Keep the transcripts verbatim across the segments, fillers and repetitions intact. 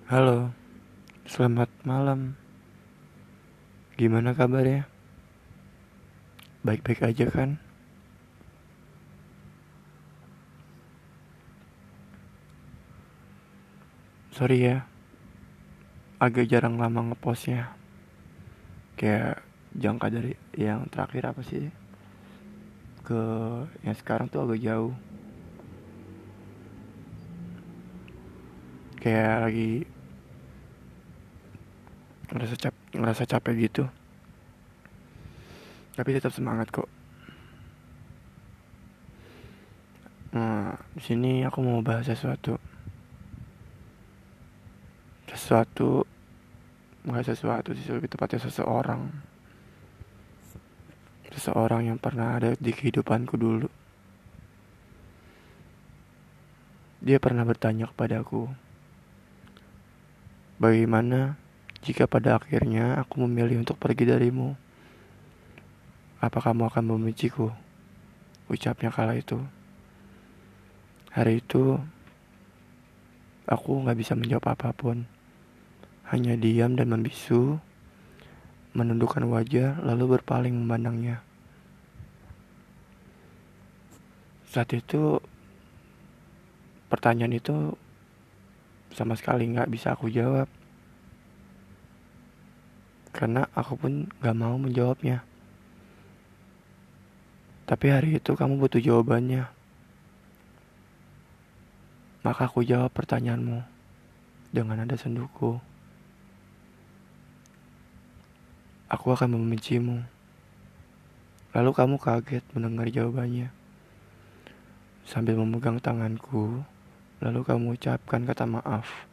Halo, selamat malam. Gimana kabarnya? Baik-baik aja kan? Sorry ya, agak jarang lama ngepostnya. Kayak jangka dari yang terakhir apa sih? Ke yang sekarang tuh agak jauh. Kayak lagi ngerasa cap ngerasa capek gitu. Tapi tetap semangat kok. Nah, di sini aku mau bahas sesuatu. Sesuatu nggak sesuatu sih, lebih tepatnya seseorang. Seseorang yang pernah ada di kehidupanku dulu. Dia pernah bertanya kepadaku, bagaimana jika pada akhirnya aku memilih untuk pergi darimu? Apa kamu akan membenciku? Ucapnya kala itu. Hari itu aku gak bisa menjawab apapun. Hanya diam dan membisu, menundukkan wajah lalu berpaling memandangnya. Saat itu pertanyaan itu sama sekali gak bisa aku jawab. Karena aku pun gak mau menjawabnya. Tapi hari itu kamu butuh jawabannya. Maka aku jawab pertanyaanmu dengan nada senduku. Aku akan membencimu. Lalu kamu kaget mendengar jawabannya. Sambil memegang tanganku, lalu kamu ucapkan kata maaf.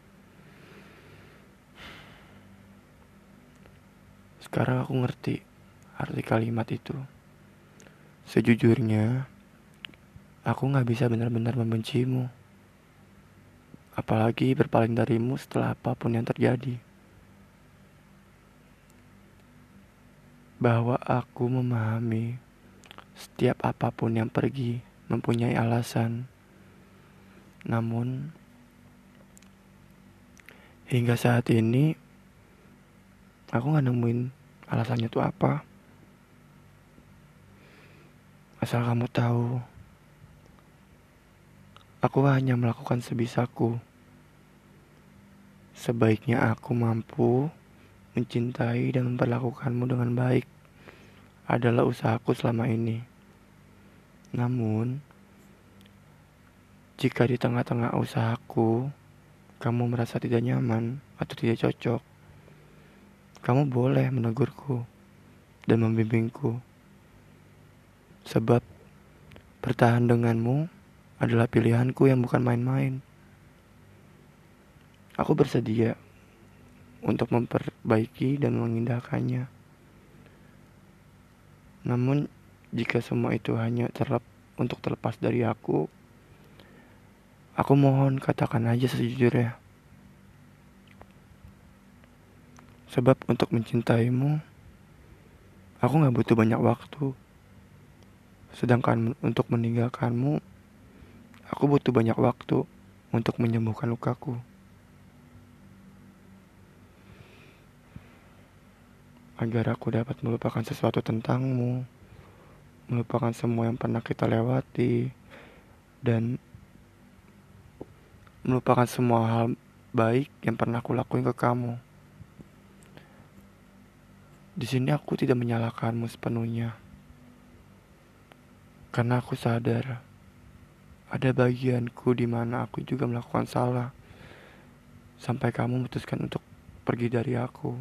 Sekarang aku ngerti arti kalimat itu. Sejujurnya, aku gak bisa benar-benar membencimu. Apalagi berpaling darimu setelah apapun yang terjadi. Bahwa aku memahami setiap apapun yang pergi mempunyai alasan. Namun, hingga saat ini, aku gak nemuin alasannya tuh apa. Asal kamu tahu, aku hanya melakukan sebisaku. Sebaiknya aku mampu mencintai dan memperlakukanmu dengan baik adalah usahaku selama ini. Namun, jika di tengah-tengah usahaku kamu merasa tidak nyaman atau tidak cocok, kamu boleh menegurku dan membimbingku. Sebab bertahan denganmu adalah pilihanku yang bukan main-main. Aku bersedia untuk memperbaiki dan mengindahkannya. Namun, jika semua itu hanya terlep untuk terlepas dari aku, aku mohon katakan aja sejujurnya. Sebab untuk mencintaimu, aku gak butuh banyak waktu. Sedangkan untuk meninggalkanmu, aku butuh banyak waktu untuk menyembuhkan lukaku. Agar aku dapat melupakan sesuatu tentangmu, melupakan semua yang pernah kita lewati, dan melupakan semua hal baik yang pernah aku lakuin ke kamu. Di sini aku tidak menyalahkanmu sepenuhnya. Karena aku sadar ada bagianku di mana aku juga melakukan salah sampai kamu memutuskan untuk pergi dari aku.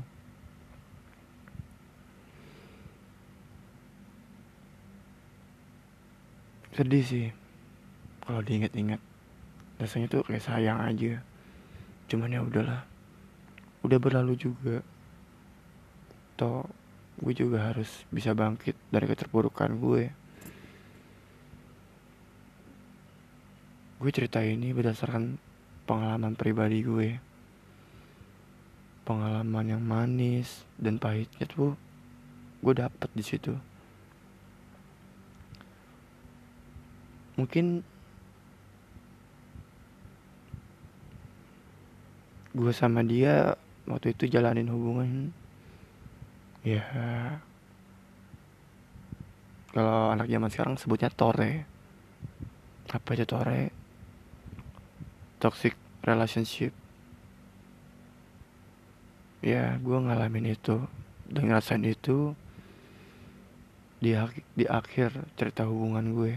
Sedih sih kalau diingat-ingat. Rasanya tuh kayak sayang aja. Cuman ya udahlah. Udah berlalu juga. Toh gue juga harus bisa bangkit dari keterpurukan gue. Gue cerita ini berdasarkan pengalaman pribadi gue. Pengalaman yang manis dan pahitnya tuh gue dapet di situ. Mungkin gue sama dia waktu itu jalanin hubungan, ya kalau anak zaman sekarang sebutnya tore. Apa itu tore? Toxic relationship. Ya gue ngalamin itu dan ngerasain itu di, di akhir cerita hubungan gue.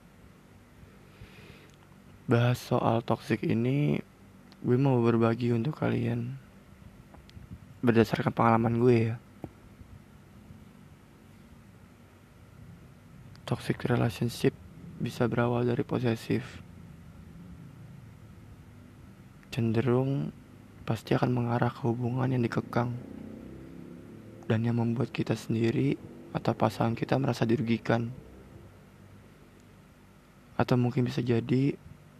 Bahas soal toxic ini, gue mau berbagi untuk kalian berdasarkan pengalaman gue ya. Toxic relationship bisa berawal dari posesif, cenderung pasti akan mengarah ke hubungan yang dikekang dan yang membuat kita sendiri atau pasangan kita merasa dirugikan. Atau mungkin bisa jadi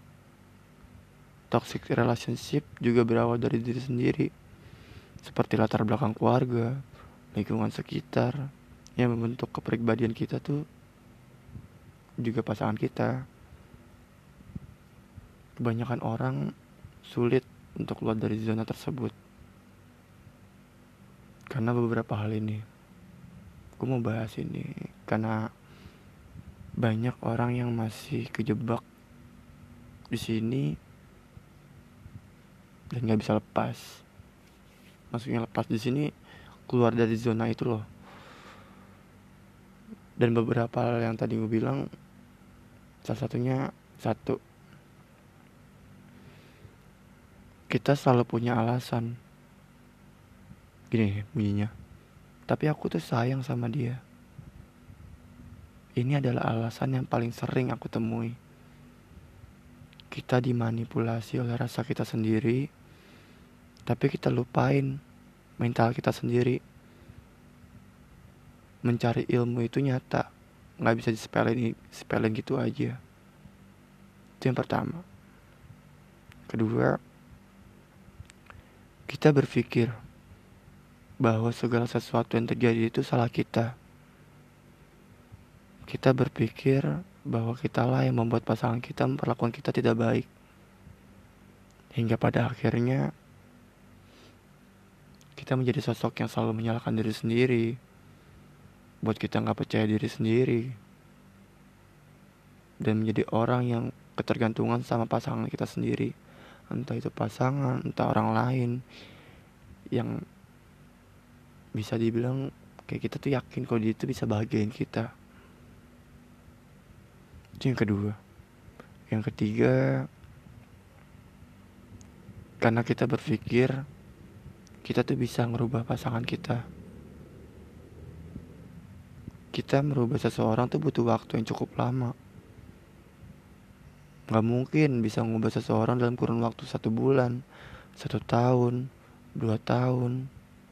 toxic relationship juga berawal dari diri sendiri, seperti latar belakang keluarga, lingkungan sekitar yang membentuk kepribadian kita tuh juga pasangan kita. Kebanyakan orang sulit untuk keluar dari zona tersebut karena beberapa hal ini. Gue mau bahas ini karena banyak orang yang masih kejebak di sini dan nggak bisa lepas. Maksudnya lepas di sini, keluar dari zona itu loh. Dan beberapa hal yang tadi gue bilang, salah satunya satu, kita selalu punya alasan. Gini bunyinya, tapi aku tuh sayang sama dia. Ini adalah alasan yang paling sering aku temui. Kita dimanipulasi oleh rasa kita sendiri, tapi kita lupain mental kita sendiri. Mencari ilmu itu nyata, gak bisa disepelin, disepelin gitu aja. Itu yang pertama. Kedua, kita berpikir bahwa segala sesuatu yang terjadi itu salah kita. Kita berpikir bahwa kitalah yang membuat pasangan kita memperlakukan kita tidak baik. Hingga pada akhirnya kita menjadi sosok yang selalu menyalahkan diri sendiri, buat kita gak percaya diri sendiri, dan menjadi orang yang ketergantungan sama pasangan kita sendiri. Entah itu pasangan, entah orang lain, yang bisa dibilang kayak kita tuh yakin kalau dia tuh bisa bahagiain kita. Itu yang kedua. Yang ketiga, karena kita berpikir kita tuh bisa ngerubah pasangan kita. Kita merubah seseorang tuh butuh waktu yang cukup lama. Gak mungkin bisa mengubah seseorang dalam kurun waktu satu bulan, satu tahun, dua tahun.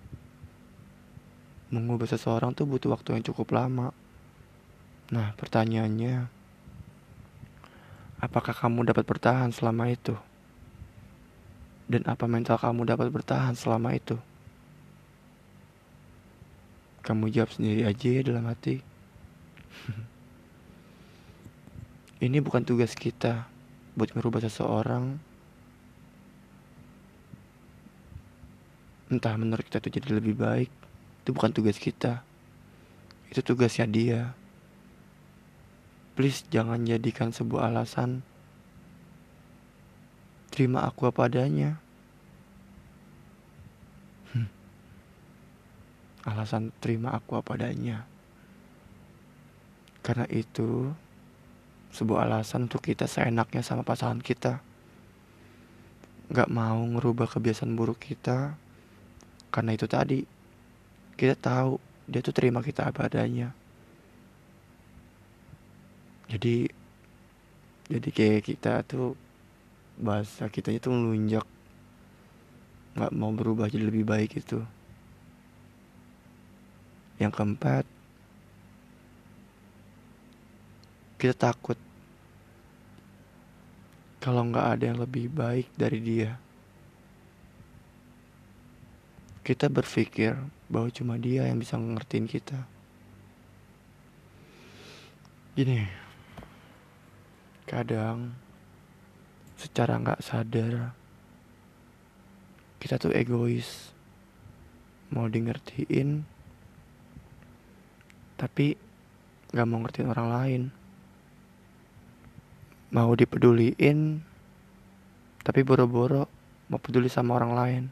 Mengubah seseorang tuh butuh waktu yang cukup lama. Nah pertanyaannya, apakah kamu dapat bertahan selama itu? Dan apa mental kamu dapat bertahan selama itu? Kamu jawab sendiri aja ya dalam hati. Ini bukan tugas kita buat ngerubah seseorang. Entah menurut kita itu jadi lebih baik. Itu bukan tugas kita. Itu tugasnya dia. Please jangan jadikan sebuah alasan. Terima aku apa adanya. hmm. Alasan terima aku apa adanya. Karena itu sebuah alasan untuk kita seenaknya sama pasangan kita. Gak mau ngerubah kebiasaan buruk kita. Karena itu tadi, kita tahu dia tuh terima kita apa adanya. Jadi Jadi kayak kita tuh, bahasa kitanya tuh melunjak, gak mau berubah jadi lebih baik itu. Yang keempat, kita takut kalau gak ada yang lebih baik dari dia. Kita berpikir bahwa cuma dia yang bisa ngertiin kita. Gini, kadang secara gak sadar Kita tuh egois, mau di ngertiin tapi gak mau ngertiin orang lain, mau dipeduliin tapi boro-boro mau peduli sama orang lain.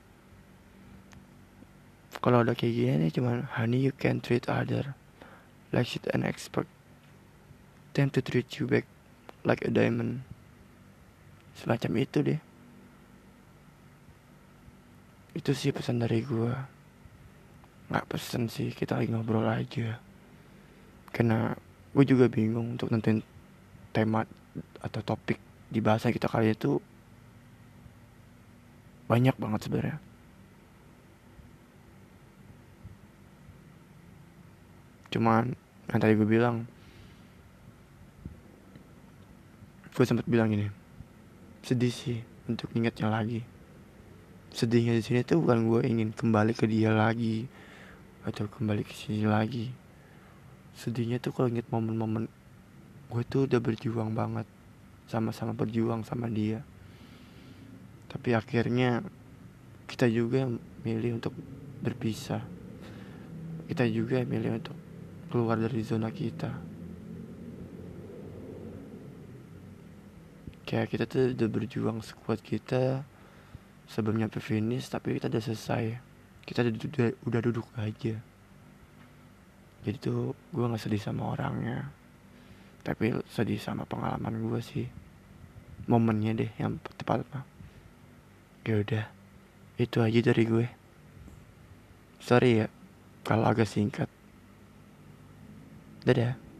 Kalau udah kayak gini nih cuman, honey you can treat other like shit and expect them to treat you back like a diamond. Semacam itu deh. Itu sih pesan dari gue. Gak pesan sih, kita lagi ngobrol aja. Karena gue juga bingung untuk nentuin tema atau topik di bahasa kita kali itu. Banyak banget sebenarnya. Cuman yang tadi gue bilang, gue sempat bilang gini, sedih sih untuk ingatnya lagi. Sedihnya di sini tuh bukan gue ingin kembali ke dia lagi atau kembali ke sini lagi. Sedihnya tuh kalau inget momen-momen gue tuh udah berjuang banget, sama-sama berjuang sama dia. Tapi akhirnya kita juga milih untuk berpisah. Kita juga milih untuk keluar dari zona kita. Kayak kita tuh udah berjuang sekuat kita sebelum nyampe finish, tapi kita udah selesai. Kita udah, udah duduk aja. Jadi tuh gue gak sedih sama orangnya, tapi sedih sama pengalaman gue sih. Momennya deh yang tepat. Ya udah, itu aja dari gue. Sorry ya kalau agak singkat. Dadah.